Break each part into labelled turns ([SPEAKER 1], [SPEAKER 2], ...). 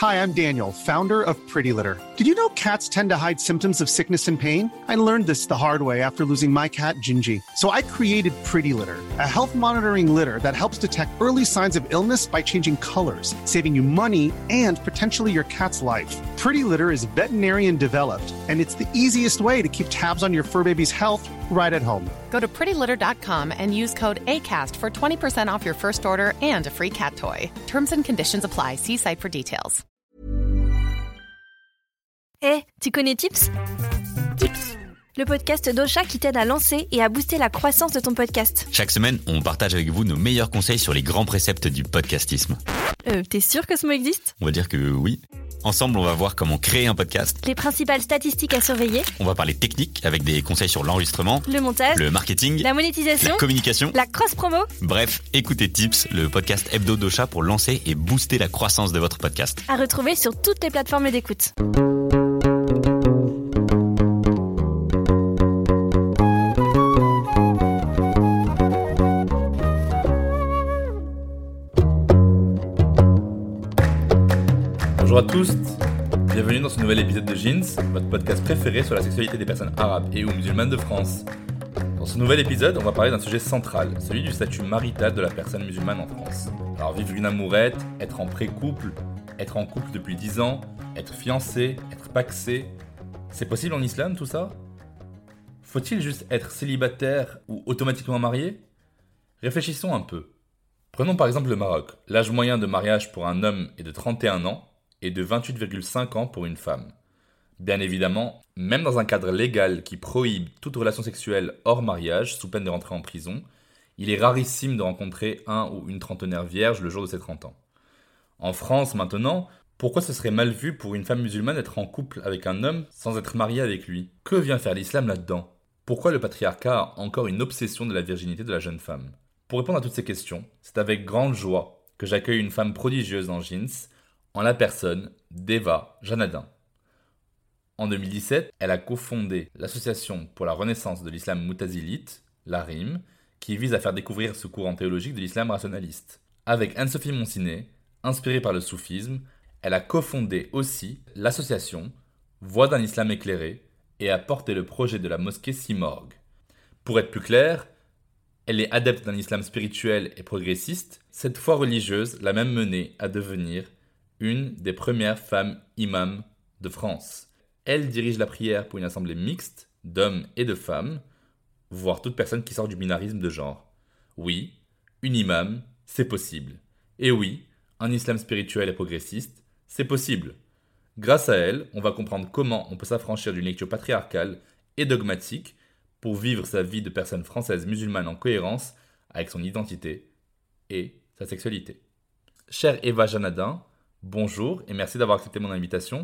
[SPEAKER 1] Hi, I'm Daniel, founder of Pretty Litter. Did you know cats tend to hide symptoms of sickness and pain? I learned this the hard way after losing my cat, Gingy. So I created Pretty Litter, a health monitoring litter that helps detect early signs of illness by changing colors, saving you money and potentially your cat's life. Pretty Litter is veterinarian developed, and it's the easiest way to keep tabs on your fur baby's health right at home.
[SPEAKER 2] Go to prettylitter.com and use code ACAST for 20% off your first order and a free cat toy. Terms and conditions apply. See site for details.
[SPEAKER 3] Hey, tu connais Tips ? Tips, le podcast d'Ocha qui t'aide à lancer et à booster la croissance de ton podcast.
[SPEAKER 4] Chaque semaine, on partage avec vous nos meilleurs conseils sur les grands préceptes du podcastisme.
[SPEAKER 3] T'es sûr que ce mot existe ?
[SPEAKER 4] On va dire que oui. Ensemble, on va voir comment créer un podcast.
[SPEAKER 3] Les principales statistiques à surveiller.
[SPEAKER 4] On va parler technique avec des conseils sur l'enregistrement,
[SPEAKER 3] le montage,
[SPEAKER 4] le marketing,
[SPEAKER 3] la monétisation,
[SPEAKER 4] la communication,
[SPEAKER 3] la cross-promo.
[SPEAKER 4] Bref, écoutez Tips, le podcast hebdo d'Ocha pour lancer et booster la croissance de votre podcast.
[SPEAKER 3] À retrouver sur toutes les plateformes d'écoute.
[SPEAKER 5] Bonjour à tous, bienvenue dans ce nouvel épisode de Jeans, votre podcast préféré sur la sexualité des personnes arabes et ou musulmanes de France. Dans ce nouvel épisode, on va parler d'un sujet central, celui du statut marital de la personne musulmane en France. Alors vivre une amourette, être en pré-couple, être en couple depuis 10 ans, être fiancé, être pacsé, c'est possible en islam tout ça ? Faut-il juste être célibataire ou automatiquement marié ? Réfléchissons un peu. Prenons par exemple le Maroc. L'âge moyen de mariage pour un homme est de 31 ans, et de 28,5 ans pour une femme. Bien évidemment, même dans un cadre légal qui prohibe toute relation sexuelle hors mariage, sous peine de rentrer en prison, il est rarissime de rencontrer un ou une trentenaire vierge le jour de ses 30 ans. En France maintenant, pourquoi ce serait mal vu pour une femme musulmane d'être en couple avec un homme sans être mariée avec lui ? Que vient faire l'islam là-dedans ? Pourquoi le patriarcat a encore une obsession de la virginité de la jeune femme ? Pour répondre à toutes ces questions, c'est avec grande joie que j'accueille une femme prodigieuse dans Jeans, en la personne d'Eva Janadin. En 2017, elle a cofondé l'association pour la renaissance de l'islam moutazilite, l'ARIM, qui vise à faire découvrir ce courant théologique de l'islam rationaliste. Avec Anne-Sophie Monsinet, inspirée par le soufisme, elle a cofondé aussi l'association Voix d'un islam éclairé et a porté le projet de la mosquée Simorgue. Pour être plus clair, elle est adepte d'un islam spirituel et progressiste. Cette foi religieuse l'a même menée à devenir une des premières femmes imams de France. Elle dirige la prière pour une assemblée mixte d'hommes et de femmes, voire toute personne qui sort du binarisme de genre. Oui, une imam, c'est possible. Et oui, un islam spirituel et progressiste, c'est possible. Grâce à elle, on va comprendre comment on peut s'affranchir d'une lecture patriarcale et dogmatique pour vivre sa vie de personne française musulmane en cohérence avec son identité et sa sexualité. Chère Eva Janadin, bonjour et merci d'avoir accepté mon invitation.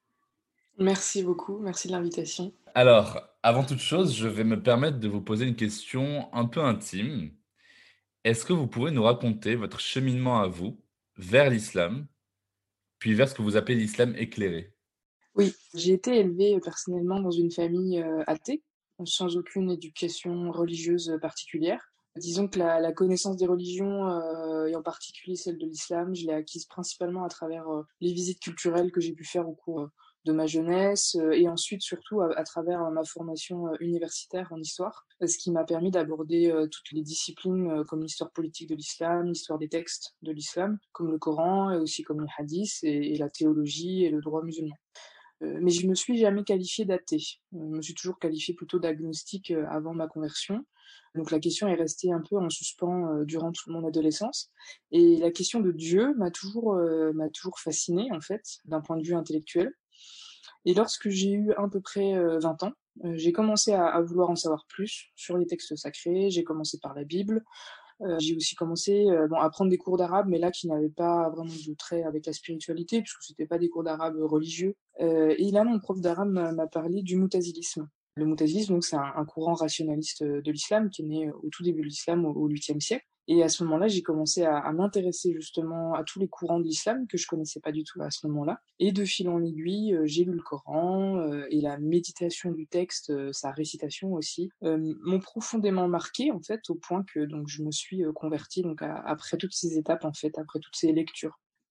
[SPEAKER 6] Merci beaucoup, merci de l'invitation.
[SPEAKER 5] Alors, avant toute chose, je vais me permettre de vous poser une question un peu intime. Est-ce que vous pourrez nous raconter votre cheminement à vous vers l'islam, puis vers ce que vous appelez l'islam éclairé ?
[SPEAKER 6] Oui, j'ai été élevée personnellement dans une famille athée, sans aucune éducation religieuse particulière. Disons que la connaissance des religions, et en particulier celle de l'islam, je l'ai acquise principalement à travers les visites culturelles que j'ai pu faire au cours de ma jeunesse, et ensuite surtout à travers ma formation universitaire en histoire, ce qui m'a permis d'aborder toutes les disciplines comme l'histoire politique de l'islam, l'histoire des textes de l'islam, comme le Coran, et aussi comme les hadiths, et la théologie et le droit musulman. Mais je ne me suis jamais qualifiée d'athée. Je me suis toujours qualifiée plutôt d'agnostique avant ma conversion. Donc la question est restée un peu en suspens durant toute mon adolescence. Et la question de Dieu m'a toujours fascinée, en fait, d'un point de vue intellectuel. Et lorsque j'ai eu à peu près 20 ans, j'ai commencé à vouloir en savoir plus sur les textes sacrés. J'ai commencé par la Bible. J'ai aussi commencé à prendre des cours d'arabe, mais là qui n'avaient pas vraiment de trait avec la spiritualité, puisque c'était pas des cours d'arabe religieux. Et là, mon prof d'arabe m'a parlé du moutazilisme. Le moutazilisme, donc, c'est un courant rationaliste de l'islam qui est né au tout début de l'islam, au 8e siècle. Et à ce moment-là, j'ai commencé à m'intéresser justement à tous les courants de l'islam que je connaissais pas du tout à ce moment-là. Et de fil en aiguille, j'ai lu le Coran et la méditation du texte, sa récitation aussi, m'ont profondément marqué en fait, au point que donc je me suis convertie donc après toutes ces étapes en fait, après toutes ces lectures.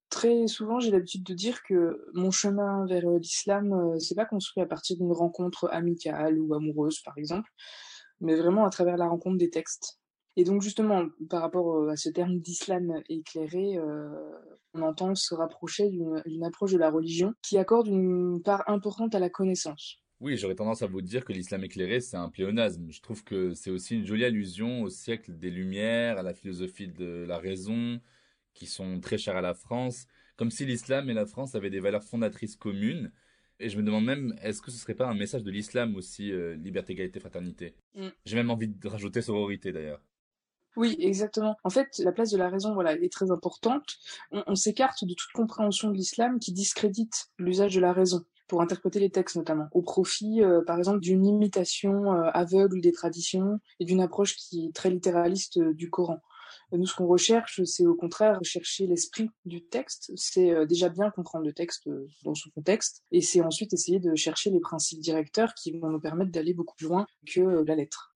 [SPEAKER 6] Très souvent, j'ai l'habitude de dire que mon chemin vers l'islam, c'est pas construit à partir d'une rencontre amicale ou amoureuse, par exemple, mais vraiment à travers la rencontre des textes. Et donc justement, par rapport, à ce terme d'islam éclairé, on entend se rapprocher d'une approche de la religion qui accorde une part importante à la connaissance.
[SPEAKER 5] Oui, j'aurais tendance à vous dire que l'islam éclairé, c'est un pléonasme. Je trouve que c'est aussi une jolie allusion au siècle des Lumières, à la philosophie de la raison, qui sont très chères à la France, comme si l'islam et la France avaient des valeurs fondatrices communes. Et je me demande même, est-ce que ce serait pas un message de l'islam aussi, liberté, égalité, fraternité?
[SPEAKER 6] Mmh.
[SPEAKER 5] J'ai même envie de rajouter sororité d'ailleurs.
[SPEAKER 6] Oui, exactement. En fait, la place de la raison, voilà, est très importante. On s'écarte de toute compréhension de l'islam qui discrédite l'usage de la raison pour interpréter les textes notamment, au profit, par exemple, d'une imitation aveugle des traditions et d'une approche qui est très littéraliste du Coran. Nous, ce qu'on recherche, c'est au contraire rechercher l'esprit du texte. C'est déjà bien comprendre le texte dans son contexte, et c'est ensuite essayer de chercher les principes directeurs qui vont nous permettre d'aller beaucoup plus loin que la lettre.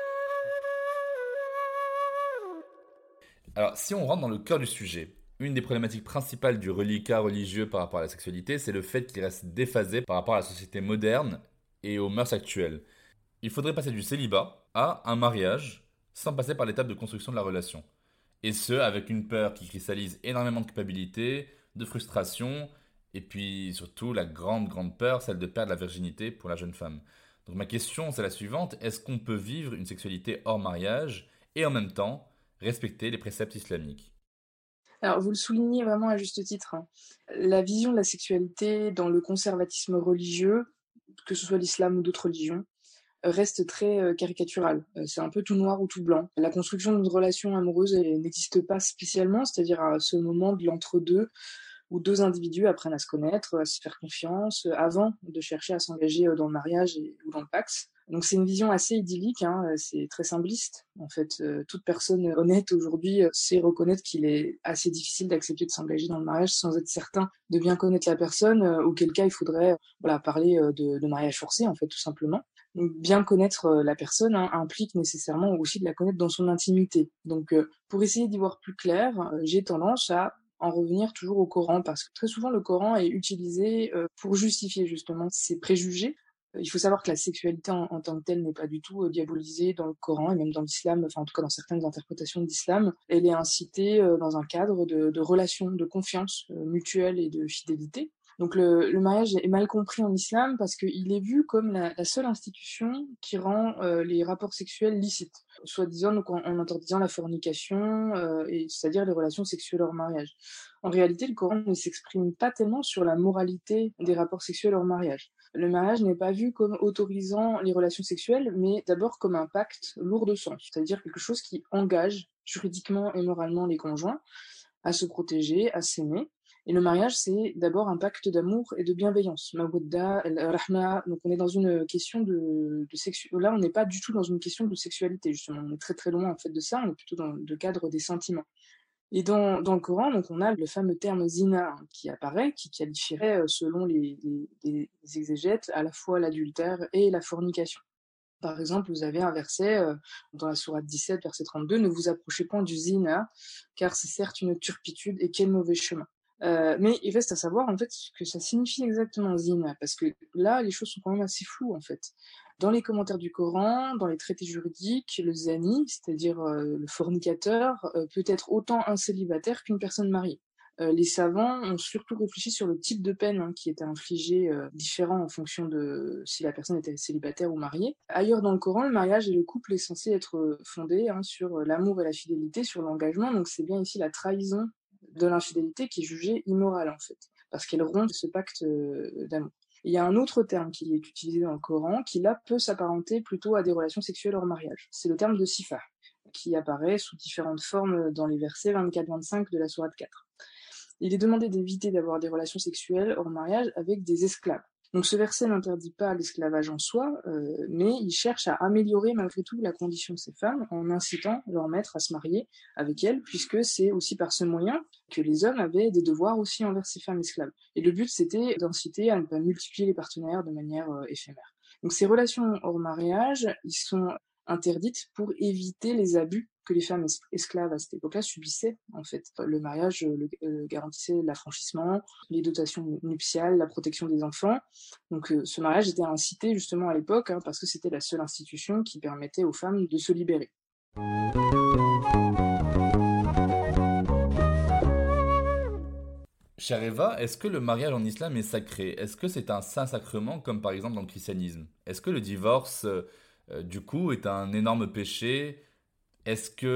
[SPEAKER 5] Alors, si on rentre dans le cœur du sujet, une des problématiques principales du reliquat religieux par rapport à la sexualité, c'est le fait qu'il reste déphasé par rapport à la société moderne et aux mœurs actuelles. Il faudrait passer du célibat à un mariage sans passer par l'étape de construction de la relation. Et ce, avec une peur qui cristallise énormément de culpabilité, de frustration, et puis surtout la grande peur, celle de perdre la virginité pour la jeune femme. Donc ma question, c'est la suivante, est-ce qu'on peut vivre une sexualité hors mariage et en même temps respecter les préceptes islamiques?
[SPEAKER 6] Alors, vous le soulignez vraiment à juste titre, hein. La vision de la sexualité dans le conservatisme religieux, que ce soit l'islam ou d'autres religions, reste très caricaturale. C'est un peu tout noir ou tout blanc. La construction d'une relation amoureuse n'existe pas spécialement, c'est-à-dire à ce moment de l'entre-deux où deux individus apprennent à se connaître, à se faire confiance, avant de chercher à s'engager dans le mariage ou dans le Pacs. Donc c'est une vision assez idyllique, hein, c'est très simpliste. En fait, toute personne honnête aujourd'hui sait reconnaître qu'il est assez difficile d'accepter de s'engager dans le mariage sans être certain de bien connaître la personne, auquel cas il faudrait parler de mariage forcé, en fait, tout simplement. Donc, bien connaître la personne implique nécessairement aussi de la connaître dans son intimité. Donc pour essayer d'y voir plus clair, j'ai tendance à en revenir toujours au Coran, parce que très souvent le Coran est utilisé pour justifier justement ces préjugés. Il faut savoir que la sexualité en tant que telle n'est pas du tout diabolisée dans le Coran et même dans l'islam, enfin en tout cas dans certaines interprétations de l'islam. Elle est incitée dans un cadre de relations, de confiance mutuelle et de fidélité. Donc le mariage est mal compris en islam parce qu'il est vu comme la seule institution qui rend les rapports sexuels licites, soi-disant donc en interdisant la fornication, et c'est-à-dire les relations sexuelles hors mariage. En réalité, le Coran ne s'exprime pas tellement sur la moralité des rapports sexuels hors mariage. Le mariage n'est pas vu comme autorisant les relations sexuelles, mais d'abord comme un pacte lourd de sens, c'est-à-dire quelque chose qui engage juridiquement et moralement les conjoints à se protéger, à s'aimer. Et le mariage, c'est d'abord un pacte d'amour et de bienveillance. Mawadda, al-rahma. Donc on est dans une question de sexualité. Là, on n'est pas du tout dans une question de sexualité, justement. On est très très loin en fait de ça, on est plutôt dans le cadre des sentiments. Et dans le Coran, donc on a le fameux terme zina qui apparaît, qui qualifierait, selon les exégètes, à la fois l'adultère et la fornication. Par exemple, vous avez un verset dans la sourate 17, verset 32, « Ne vous approchez point du zina, car c'est certes une turpitude et quel mauvais chemin. » Mais il reste à savoir en fait ce que ça signifie exactement zina, parce que là, les choses sont quand même assez floues en fait. Dans les commentaires du Coran, dans les traités juridiques, le zani, c'est-à-dire le fornicateur, peut être autant un célibataire qu'une personne mariée. Les savants ont surtout réfléchi sur le type de peine qui était infligé, différent en fonction de si la personne était célibataire ou mariée. Ailleurs dans le Coran, le mariage et le couple est censé être fondé sur l'amour et la fidélité, sur l'engagement, donc c'est bien ici la trahison de l'infidélité qui est jugée immorale en fait, parce qu'elle rompt ce pacte d'amour. Il y a un autre terme qui est utilisé dans le Coran qui là peut s'apparenter plutôt à des relations sexuelles hors mariage. C'est le terme de sifa, qui apparaît sous différentes formes dans les versets 24-25 de la sourate 4. Il est demandé d'éviter d'avoir des relations sexuelles hors mariage avec des esclaves. Donc ce verset n'interdit pas l'esclavage en soi, mais il cherche à améliorer malgré tout la condition de ces femmes en incitant leur maître à se marier avec elles, puisque c'est aussi par ce moyen que les hommes avaient des devoirs aussi envers ces femmes esclaves. Et le but, c'était d'inciter à ne pas multiplier les partenaires de manière éphémère. Donc ces relations hors mariage, ils sont interdites pour éviter les abus que les femmes esclaves à cette époque-là subissaient, en fait. Le mariage garantissait l'affranchissement, les dotations nuptiales, la protection des enfants. Donc ce mariage était incité justement à l'époque, parce que c'était la seule institution qui permettait aux femmes de se libérer.
[SPEAKER 5] Chère Eva, est-ce que le mariage en islam est sacré? Est-ce que c'est un saint sacrement comme par exemple dans le christianisme? Est-ce que le divorce, du coup, est un énorme péché? Est-ce que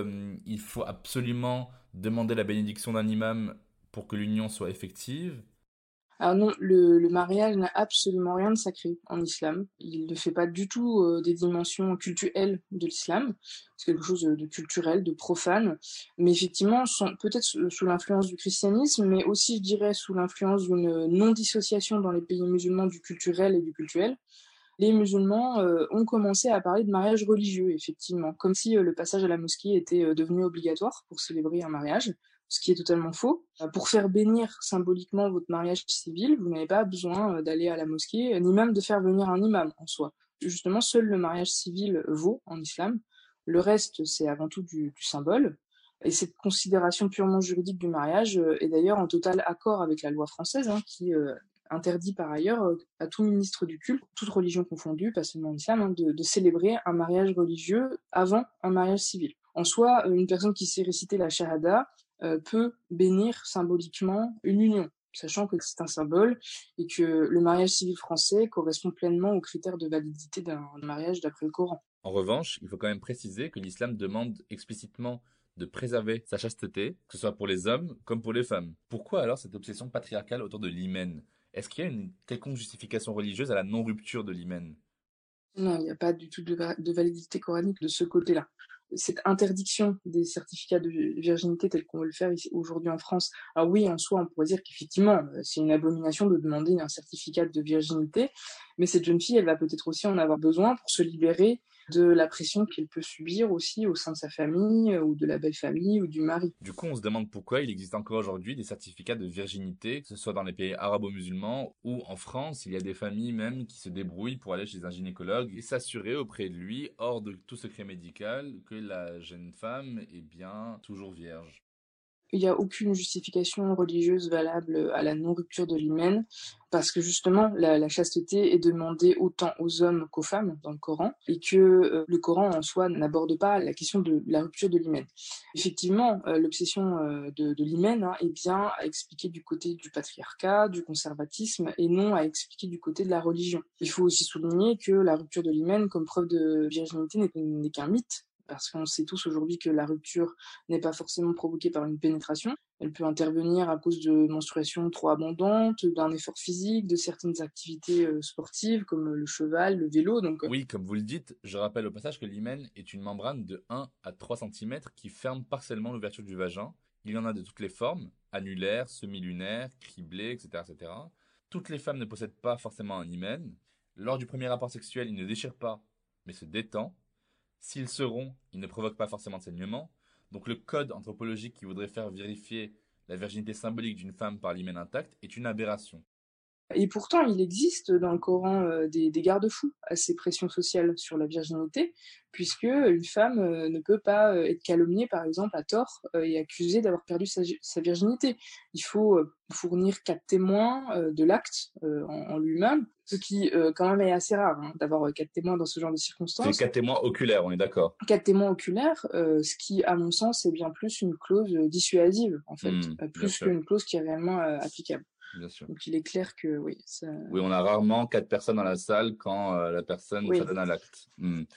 [SPEAKER 5] il faut absolument demander la bénédiction d'un imam pour que l'union soit effective?
[SPEAKER 6] Alors non, le mariage n'a absolument rien de sacré en islam. Il ne fait pas du tout des dimensions cultuelles de l'islam. C'est quelque chose de culturel, de profane. Mais effectivement, peut-être sous l'influence du christianisme, mais aussi, je dirais, sous l'influence d'une non-dissociation dans les pays musulmans du culturel et du cultuel. Les musulmans ont commencé à parler de mariage religieux, effectivement, comme si le passage à la mosquée était devenu obligatoire pour célébrer un mariage, ce qui est totalement faux. Pour faire bénir symboliquement votre mariage civil, vous n'avez pas besoin d'aller à la mosquée, ni même de faire venir un imam en soi. Justement, seul le mariage civil vaut en islam. Le reste, c'est avant tout du symbole. Et cette considération purement juridique du mariage est d'ailleurs en total accord avec la loi française, qui interdit par ailleurs à tout ministre du culte, toute religion confondue, pas seulement l'islam, de célébrer un mariage religieux avant un mariage civil. En soi, une personne qui sait réciter la shahada peut bénir symboliquement une union, sachant que c'est un symbole et que le mariage civil français correspond pleinement aux critères de validité d'un mariage d'après le Coran.
[SPEAKER 5] En revanche, il faut quand même préciser que l'islam demande explicitement de préserver sa chasteté, que ce soit pour les hommes comme pour les femmes. Pourquoi alors cette obsession patriarcale autour de l'hymen? Est-ce qu'il y a une quelconque justification religieuse à la non-rupture de l'hymen?
[SPEAKER 6] Non, il n'y a pas du tout de validité coranique de ce côté-là. Cette interdiction des certificats de virginité tel qu'on veut le faire ici, aujourd'hui en France, alors oui, en soi, on pourrait dire qu'effectivement, c'est une abomination de demander un certificat de virginité, mais cette jeune fille, elle va peut-être aussi en avoir besoin pour se libérer de la pression qu'elle peut subir aussi au sein de sa famille, ou de la belle famille, ou du mari.
[SPEAKER 5] Du coup, on se demande pourquoi il existe encore aujourd'hui des certificats de virginité, que ce soit dans les pays arabo-musulmans ou en France, il y a des familles même qui se débrouillent pour aller chez un gynécologue et s'assurer auprès de lui, hors de tout secret médical, que la jeune femme est bien toujours vierge.
[SPEAKER 6] Il n'y a aucune justification religieuse valable à la non-rupture de l'hymen, parce que justement, la chasteté est demandée autant aux hommes qu'aux femmes dans le Coran, et que le Coran en soi n'aborde pas la question de la rupture de l'hymen. Effectivement, l'obsession de l'hymen est bien à expliquer du côté du patriarcat, du conservatisme, et non à expliquer du côté de la religion. Il faut aussi souligner que la rupture de l'hymen comme preuve de virginité n'est qu'un mythe, parce qu'on sait tous aujourd'hui que la rupture n'est pas forcément provoquée par une pénétration. Elle peut intervenir à cause de menstruations trop abondantes, d'un effort physique, de certaines activités sportives comme le cheval, le vélo.
[SPEAKER 5] Oui, comme vous le dites, je rappelle au passage que l'hymen est une membrane de 1 à 3 cm qui ferme partiellement l'ouverture du vagin. Il y en a de toutes les formes, annulaire, semi-lunaire, criblé, etc., etc. Toutes les femmes ne possèdent pas forcément un hymen. Lors du premier rapport sexuel, il ne déchire pas, mais se détend. S'ils se rompt, ils ne provoquent pas forcément de saignement. Donc le code anthropologique qui voudrait faire vérifier la virginité symbolique d'une femme par l'hymen intact est une aberration.
[SPEAKER 6] Et pourtant, il existe dans le Coran des garde-fous à ces pressions sociales sur la virginité, puisque une femme ne peut pas être calomniée, par exemple, à tort et accusée d'avoir perdu sa virginité. Il faut fournir 4 témoins de l'acte en lui-même, ce qui quand même est assez rare, d'avoir 4 témoins dans ce genre de circonstances.
[SPEAKER 5] C'est 4 témoins oculaires, on est d'accord.
[SPEAKER 6] 4 témoins oculaires, ce qui, à mon sens, est bien plus une clause dissuasive, en fait, plus qu'une clause qui est réellement applicable.
[SPEAKER 5] Bien sûr.
[SPEAKER 6] Donc il est clair que oui.
[SPEAKER 5] Oui, on a rarement 4 personnes dans la salle quand la personne donne à l'acte.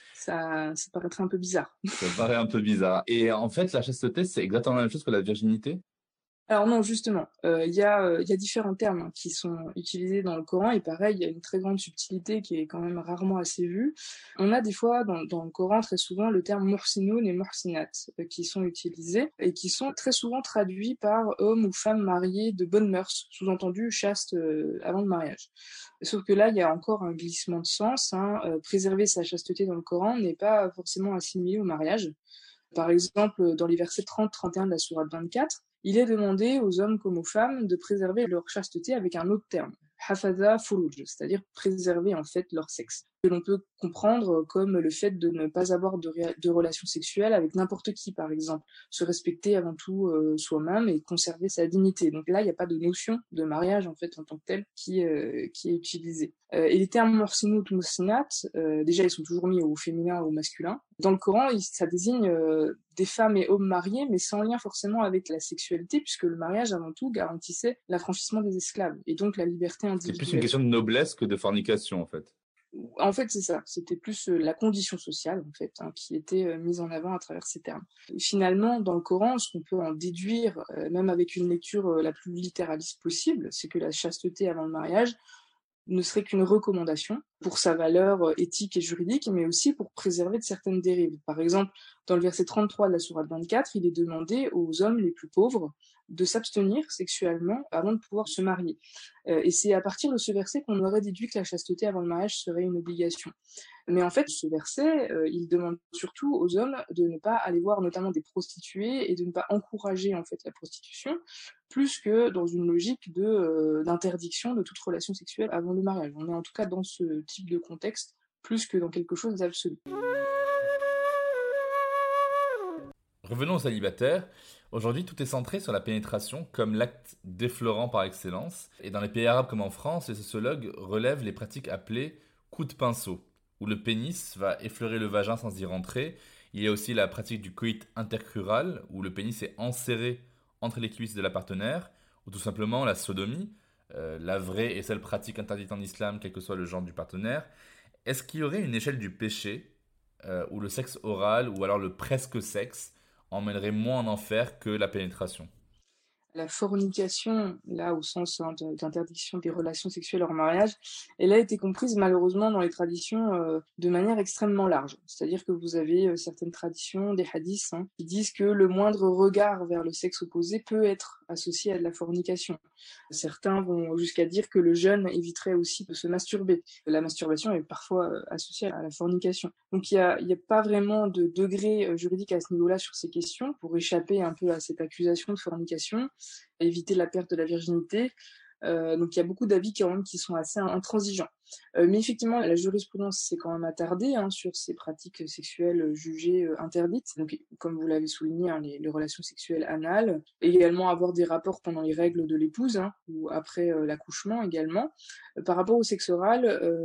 [SPEAKER 6] Ça paraîtrait un peu bizarre.
[SPEAKER 5] Ça paraît un peu bizarre. Et en fait, la chasteté, c'est exactement la même chose que la virginité?
[SPEAKER 6] Alors non, justement, il y a différents termes qui sont utilisés dans le Coran, et pareil, il y a une très grande subtilité qui est quand même rarement assez vue. On a des fois dans le Coran très souvent le terme muhsinoun et muhsinat qui sont utilisés et qui sont très souvent traduits par homme ou femme mariés de bonnes mœurs, sous-entendu chaste avant le mariage. Sauf que là, il y a encore un glissement de sens. Préserver sa chasteté dans le Coran n'est pas forcément assimilé au mariage. Par exemple, dans les versets 30-31 de la sourate 24, il est demandé aux hommes comme aux femmes de préserver leur chasteté avec un autre terme, hafaza furuj, c'est-à-dire préserver en fait leur sexe, que l'on peut comprendre comme le fait de ne pas avoir de relations sexuelles avec n'importe qui, par exemple, se respecter avant tout soi-même et conserver sa dignité. Donc là, il n'y a pas de notion de mariage en fait en tant que tel qui est utilisée. Et les termes muhsinut ou muhsinat, déjà ils sont toujours mis au féminin ou au masculin. Dans le Coran, ça désigne des femmes et hommes mariés, mais sans lien forcément avec la sexualité, puisque le mariage avant tout garantissait l'affranchissement des esclaves et donc la liberté individuelle.
[SPEAKER 5] C'est plus une question de noblesse que de fornication en fait.
[SPEAKER 6] En fait, c'est ça. C'était plus la condition sociale, en fait, qui était mise en avant à travers ces termes. Et finalement, dans le Coran, ce qu'on peut en déduire, même avec une lecture la plus littéraliste possible, c'est que la chasteté avant le mariage ne serait qu'une recommandation pour sa valeur éthique et juridique, mais aussi pour préserver de certaines dérives. Par exemple, dans le verset 33 de la sourate 24, il est demandé aux hommes les plus pauvres de s'abstenir sexuellement avant de pouvoir se marier. Et c'est à partir de ce verset qu'on aurait déduit que la chasteté avant le mariage serait une obligation. Mais en fait, ce verset, il demande surtout aux hommes de ne pas aller voir notamment des prostituées et de ne pas encourager en fait la prostitution, plus que dans une logique d'interdiction de toute relation sexuelle avant le mariage. On est en tout cas dans ce type de contexte, plus que dans quelque chose d'absolu.
[SPEAKER 5] Revenons aux célibataires. Aujourd'hui, tout est centré sur la pénétration comme l'acte déflorant par excellence. Et dans les pays arabes comme en France, les sociologues relèvent les pratiques appelées coups de pinceau, où le pénis va effleurer le vagin sans y rentrer. Il y a aussi la pratique du coït intercrural, où le pénis est enserré entre les cuisses de la partenaire, ou tout simplement la sodomie, la vraie et seule pratique interdite en islam, quel que soit le genre du partenaire. Est-ce qu'il y aurait une échelle du péché où le sexe oral ou alors le presque sexe emmènerait moins en enfer que la pénétration?
[SPEAKER 6] La fornication, là au sens d'interdiction des relations sexuelles hors mariage, elle a été comprise malheureusement dans les traditions de manière extrêmement large. C'est-à-dire que vous avez certaines traditions, des hadiths, qui disent que le moindre regard vers le sexe opposé peut être associé à de la fornication. Certains vont jusqu'à dire que le jeûne éviterait aussi de se masturber. La masturbation est parfois associée à la fornication. Donc il y a pas vraiment de degré juridique à ce niveau-là sur ces questions pour échapper un peu à cette accusation de fornication, éviter la perte de la virginité. Donc il y a beaucoup d'avis qui sont assez intransigeants. Mais effectivement, la jurisprudence s'est quand même attardée sur ces pratiques sexuelles jugées interdites. Donc, comme vous l'avez souligné, les relations sexuelles anales, également avoir des rapports pendant les règles de l'épouse ou après l'accouchement également. Par rapport au sexe oral,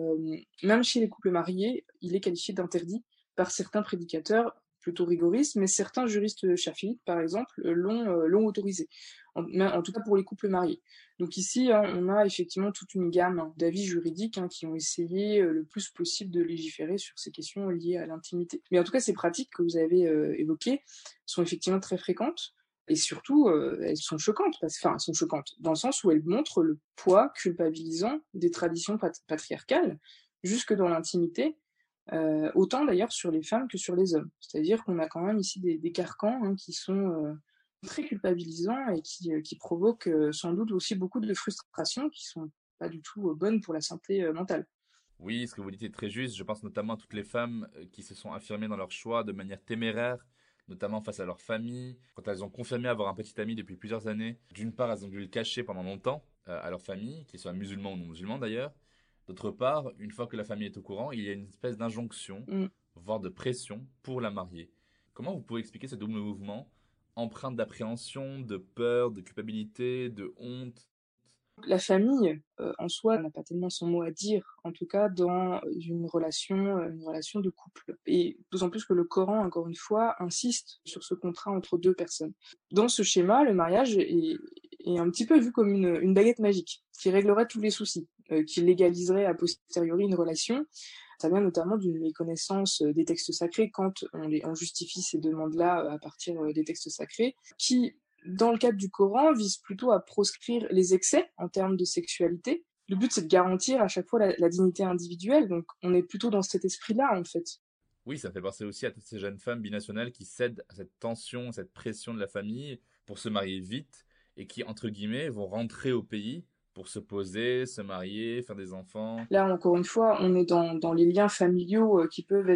[SPEAKER 6] même chez les couples mariés, il est qualifié d'interdit par certains prédicateurs plutôt rigoristes, mais certains juristes chafiites, par exemple, l'ont autorisé, en tout cas pour les couples mariés. Donc ici, on a effectivement toute une gamme d'avis juridiques qui ont essayé le plus possible de légiférer sur ces questions liées à l'intimité. Mais en tout cas, ces pratiques que vous avez évoquées sont effectivement très fréquentes, et surtout, elles sont choquantes, elles sont choquantes dans le sens où elles montrent le poids culpabilisant des traditions patriarcales, jusque dans l'intimité, autant d'ailleurs sur les femmes que sur les hommes. C'est-à-dire qu'on a quand même ici des carcans qui sont très culpabilisants et qui provoquent sans doute aussi beaucoup de frustrations qui sont pas du tout bonnes pour la santé mentale.
[SPEAKER 5] Oui, ce que vous dites est très juste. Je pense notamment à toutes les femmes qui se sont affirmées dans leur choix de manière téméraire, notamment face à leur famille. Quand elles ont confirmé avoir un petit ami depuis plusieurs années, d'une part, elles ont dû le cacher pendant longtemps à leur famille, qu'ils soient musulmans ou non musulmans d'ailleurs. D'autre part, une fois que la famille est au courant, il y a une espèce d'injonction, voire de pression pour la marier. Comment vous pouvez expliquer ce double mouvement, empreinte d'appréhension, de peur, de culpabilité, de honte?
[SPEAKER 6] La famille, en soi, n'a pas tellement son mot à dire, en tout cas dans une relation de couple. Et d'autant plus que le Coran, encore une fois, insiste sur ce contrat entre deux personnes. Dans ce schéma, le mariage est un petit peu vu comme une baguette magique, qui réglerait tous les soucis, qui légaliserait a posteriori une relation. Ça vient notamment d'une méconnaissance des textes sacrés quand on justifie ces demandes-là à partir des textes sacrés, qui, dans le cadre du Coran, vise plutôt à proscrire les excès en termes de sexualité. Le but, c'est de garantir à chaque fois la dignité individuelle, donc on est plutôt dans cet esprit-là, en fait.
[SPEAKER 5] Oui, ça fait penser aussi à toutes ces jeunes femmes binationales qui cèdent à cette tension, à cette pression de la famille pour se marier vite et qui, entre guillemets, vont rentrer au pays pour se poser, se marier, faire des enfants.
[SPEAKER 6] Là, encore une fois, on est dans les liens familiaux qui peuvent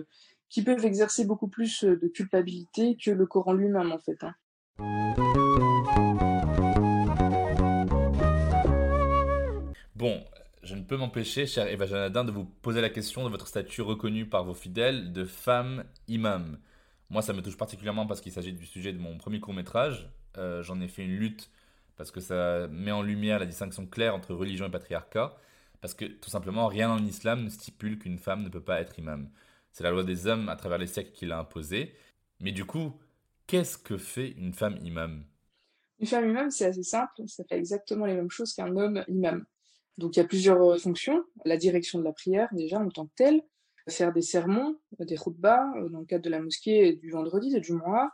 [SPEAKER 6] exercer beaucoup plus de culpabilité que le Coran lui-même, en fait.
[SPEAKER 5] Bon, je ne peux m'empêcher, cher Eva Janadin, de vous poser la question de votre statut reconnu par vos fidèles de femme imam. Moi, ça me touche particulièrement parce qu'il s'agit du sujet de mon premier court-métrage. J'en ai fait une lutte parce que ça met en lumière la distinction claire entre religion et patriarcat. Parce que, tout simplement, rien en islam ne stipule qu'une femme ne peut pas être imam. C'est la loi des hommes à travers les siècles qui l'a imposée. Mais du coup, qu'est-ce que fait une femme imam?
[SPEAKER 6] Une femme imam, c'est assez simple, ça fait exactement les mêmes choses qu'un homme imam. Donc il y a plusieurs fonctions. La direction de la prière, déjà, en tant que telle, faire des sermons, des khutbahs, dans le cadre de la mosquée du vendredi, du Jumu'ah.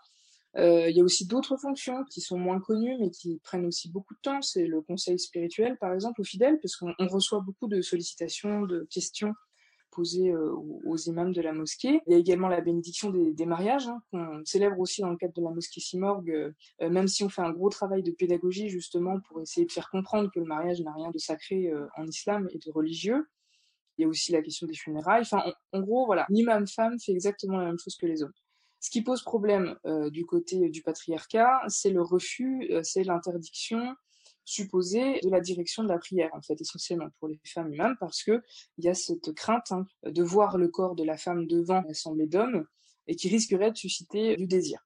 [SPEAKER 6] Il y a aussi d'autres fonctions qui sont moins connues, mais qui prennent aussi beaucoup de temps. C'est le conseil spirituel, par exemple, aux fidèles, parce qu'on reçoit beaucoup de sollicitations, de questions posées aux imams de la mosquée. Il y a également la bénédiction des mariages, hein, qu'on célèbre aussi dans le cadre de la mosquée Simorgue, même si on fait un gros travail de pédagogie justement pour essayer de faire comprendre que le mariage n'a rien de sacré en islam et de religieux. Il y a aussi la question des funérailles. Enfin, en gros, voilà, l'imam femme fait exactement la même chose que les hommes. Ce qui pose problème du côté du patriarcat, c'est le refus, c'est l'interdiction supposée de la direction de la prière, en fait, essentiellement pour les femmes imams, parce que il y a cette crainte de voir le corps de la femme devant l'assemblée d'hommes et qui risquerait de susciter du désir.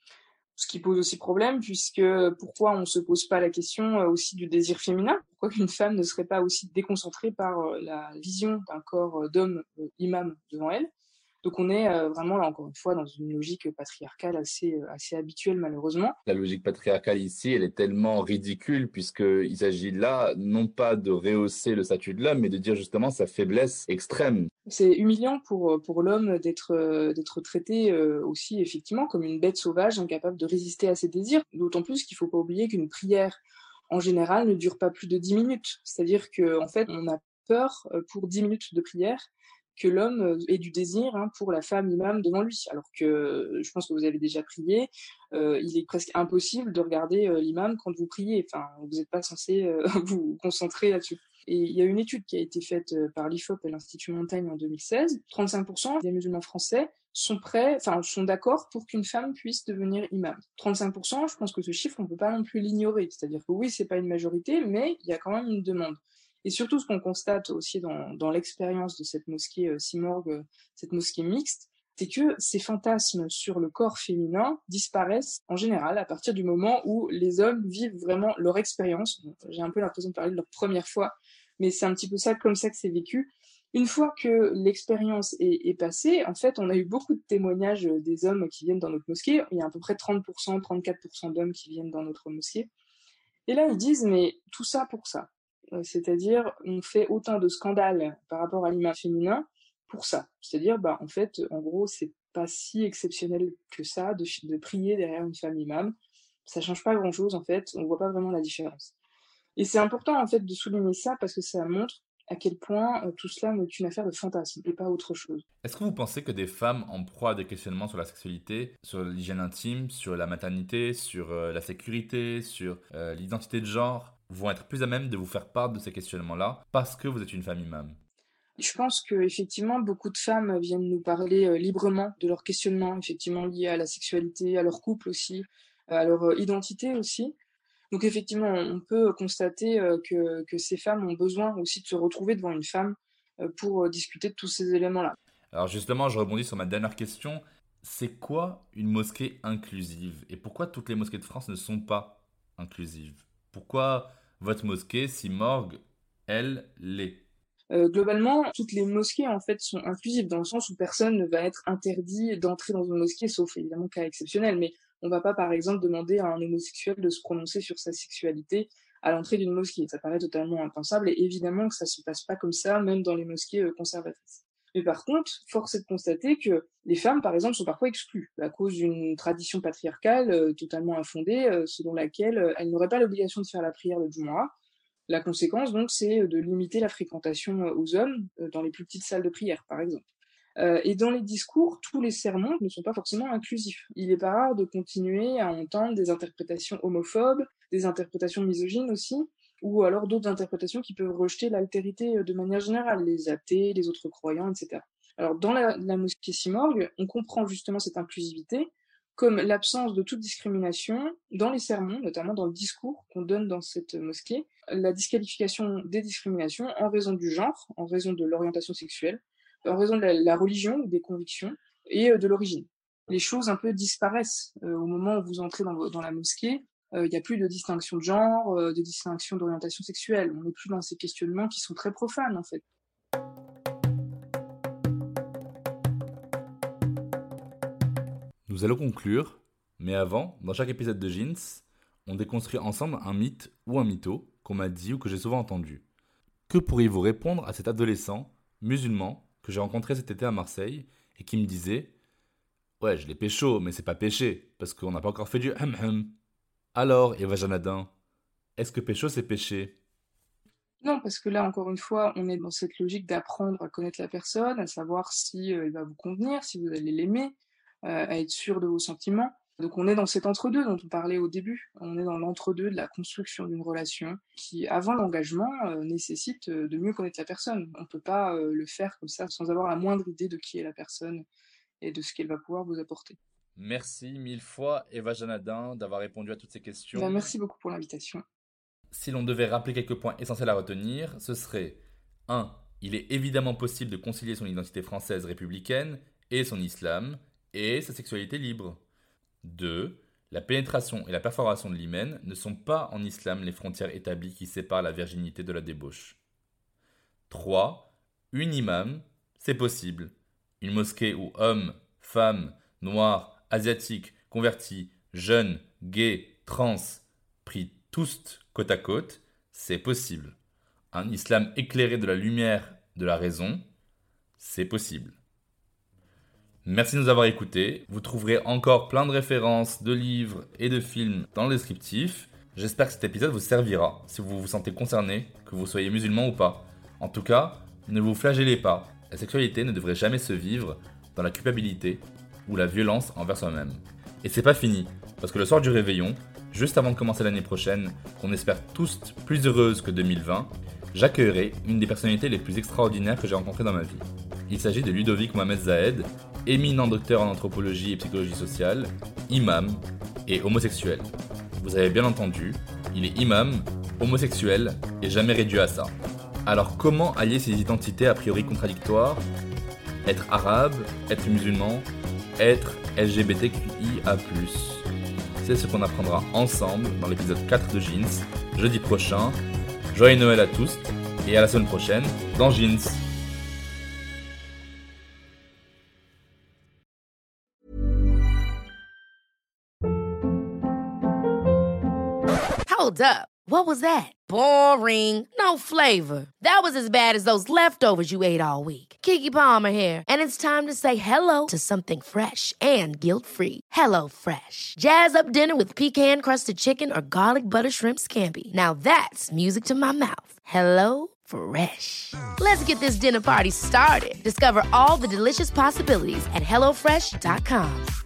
[SPEAKER 6] Ce qui pose aussi problème, puisque pourquoi on se pose pas la question aussi du désir féminin? Pourquoi qu'une femme ne serait pas aussi déconcentrée par la vision d'un corps d'homme imam devant elle? Donc on est vraiment là encore une fois dans une logique patriarcale assez habituelle malheureusement.
[SPEAKER 5] La logique patriarcale ici, elle est tellement ridicule puisqu'il s'agit là non pas de rehausser le statut de l'homme, mais de dire justement sa faiblesse extrême.
[SPEAKER 6] C'est humiliant pour l'homme d'être traité aussi effectivement comme une bête sauvage incapable de résister à ses désirs, d'autant plus qu'il faut pas oublier qu'une prière en général ne dure pas plus de 10 minutes. C'est-à-dire que en fait, on a peur pour 10 minutes de prière que l'homme ait du désir pour la femme imam devant lui. Alors que je pense que vous avez déjà prié, il est presque impossible de regarder l'imam quand vous priez. Enfin, vous n'êtes pas censé vous concentrer là-dessus. Et il y a une étude qui a été faite par l'IFOP et l'Institut Montaigne en 2016. 35% des musulmans français sont d'accord pour qu'une femme puisse devenir imam. 35%, je pense que ce chiffre, on peut pas non plus l'ignorer. C'est-à-dire que oui, c'est pas une majorité, mais il y a quand même une demande. Et surtout, ce qu'on constate aussi dans l'expérience de cette mosquée Simorgue, cette mosquée mixte, c'est que ces fantasmes sur le corps féminin disparaissent en général à partir du moment où les hommes vivent vraiment leur expérience. J'ai un peu l'impression de parler de leur première fois, mais c'est un petit peu ça, comme ça que c'est vécu. Une fois que l'expérience est passée, en fait, on a eu beaucoup de témoignages des hommes qui viennent dans notre mosquée. Il y a à peu près 30%, 34% d'hommes qui viennent dans notre mosquée. Et là, ils disent, mais tout ça pour ça. C'est-à-dire, on fait autant de scandales par rapport à l'imam féminin pour ça. C'est-à-dire, en fait, en gros, c'est pas si exceptionnel que ça de prier derrière une femme imam. Ça change pas grand-chose, en fait. On voit pas vraiment la différence. Et c'est important, en fait, de souligner ça parce que ça montre à quel point tout cela n'est qu'une affaire de fantasme et pas autre chose.
[SPEAKER 5] Est-ce que vous pensez que des femmes en proie à des questionnements sur la sexualité, sur l'hygiène intime, sur la maternité, sur la sécurité, sur l'identité de genre, vont être plus à même de vous faire part de ces questionnements-là parce que vous êtes une femme imam?
[SPEAKER 6] Je pense que effectivement beaucoup de femmes viennent nous parler librement de leurs questionnements, effectivement liés à la sexualité, à leur couple aussi, à leur identité aussi. Donc effectivement, on peut constater que ces femmes ont besoin aussi de se retrouver devant une femme pour discuter de tous ces éléments-là.
[SPEAKER 5] Alors justement, je rebondis sur ma dernière question. C'est quoi une mosquée inclusive? Et pourquoi toutes les mosquées de France ne sont pas inclusives? Pourquoi votre mosquée, Simorgue, elle, l'est?
[SPEAKER 6] Globalement, toutes les mosquées en fait sont inclusives dans le sens où personne ne va être interdit d'entrer dans une mosquée, sauf évidemment cas exceptionnel. Mais on va pas, par exemple, demander à un homosexuel de se prononcer sur sa sexualité à l'entrée d'une mosquée. Ça paraît totalement impensable et évidemment que ça se passe pas comme ça, même dans les mosquées conservatrices. Mais par contre, force est de constater que les femmes, par exemple, sont parfois exclues à cause d'une tradition patriarcale totalement infondée, selon laquelle elles n'auraient pas l'obligation de faire la prière le Jumu'ah. La conséquence, donc, c'est de limiter la fréquentation aux hommes dans les plus petites salles de prière, par exemple. Et dans les discours, tous les sermons ne sont pas forcément inclusifs. Il est pas rare de continuer à entendre des interprétations homophobes, des interprétations misogynes aussi, ou alors d'autres interprétations qui peuvent rejeter l'altérité de manière générale, les athées, les autres croyants, etc. Alors dans la mosquée Simorgue, on comprend justement cette inclusivité comme l'absence de toute discrimination dans les sermons, notamment dans le discours qu'on donne dans cette mosquée, la disqualification des discriminations en raison du genre, en raison de l'orientation sexuelle, en raison de la religion ou des convictions, et de l'origine. Les choses un peu disparaissent au moment où vous entrez dans la mosquée. Il n'y a plus de distinction de genre, de distinction d'orientation sexuelle. On n'est plus dans ces questionnements qui sont très profanes, en fait.
[SPEAKER 5] Nous allons conclure, mais avant, dans chaque épisode de Jeans, on déconstruit ensemble un mythe ou un mytho qu'on m'a dit ou que j'ai souvent entendu. Que pourriez-vous répondre à cet adolescent musulman que j'ai rencontré cet été à Marseille et qui me disait « Ouais, je l'ai pécho, mais c'est pas péché, parce qu'on n'a pas encore fait du hum-hum. » Alors, Eva Janadin, est-ce que pécho c'est péché ?
[SPEAKER 6] Non, parce que là, encore une fois, on est dans cette logique d'apprendre à connaître la personne, à savoir si il va vous convenir, si vous allez l'aimer, à être sûr de vos sentiments. Donc on est dans cet entre-deux dont on parlait au début. On est dans l'entre-deux de la construction d'une relation qui, avant l'engagement, nécessite de mieux connaître la personne. On ne peut pas le faire comme ça sans avoir la moindre idée de qui est la personne et de ce qu'elle va pouvoir vous apporter.
[SPEAKER 5] Merci mille fois Eva Janadin d'avoir répondu à toutes ces questions.
[SPEAKER 6] Merci beaucoup pour l'invitation.
[SPEAKER 5] Si l'on devait rappeler quelques points essentiels à retenir, ce serait 1. Il est évidemment possible de concilier son identité française républicaine et son islam et sa sexualité libre. 2. La pénétration et la perforation de l'hymen ne sont pas en islam les frontières établies qui séparent la virginité de la débauche. 3. Une imam, c'est possible. Une mosquée où hommes, femmes, noirs, asiatiques, convertis, jeunes, gays, trans, pris tous côte à côte, c'est possible. Un islam éclairé de la lumière de la raison, c'est possible. Merci de nous avoir écoutés. Vous trouverez encore plein de références, de livres et de films dans le descriptif. J'espère que cet épisode vous servira si vous vous sentez concerné, que vous soyez musulman ou pas. En tout cas, ne vous flagellez pas. La sexualité ne devrait jamais se vivre dans la culpabilité ou la violence envers soi-même. Et c'est pas fini, parce que le soir du réveillon, juste avant de commencer l'année prochaine, qu'on espère tous plus heureuse que 2020, j'accueillerai une des personnalités les plus extraordinaires que j'ai rencontrées dans ma vie. Il s'agit de Ludovic Mohamed Zahed, éminent docteur en anthropologie et psychologie sociale, imam et homosexuel. Vous avez bien entendu, il est imam, homosexuel et jamais réduit à ça. Alors comment allier ces identités a priori contradictoires ? Être arabe, être musulman, être LGBTQIA+. C'est ce qu'on apprendra ensemble dans l'épisode 4 de Jeans, jeudi prochain. Joyeux Noël à tous et à la semaine prochaine dans Jeans.
[SPEAKER 7] Hold up. What was that? Boring. No flavor. That was as bad as those leftovers you ate all week. Keke Palmer here, and it's time to say hello to something fresh and guilt-free. Hello Fresh. Jazz up dinner with pecan-crusted chicken or garlic butter shrimp scampi. Now that's music to my mouth. Hello Fresh. Let's get this dinner party started. Discover all the delicious possibilities at HelloFresh.com.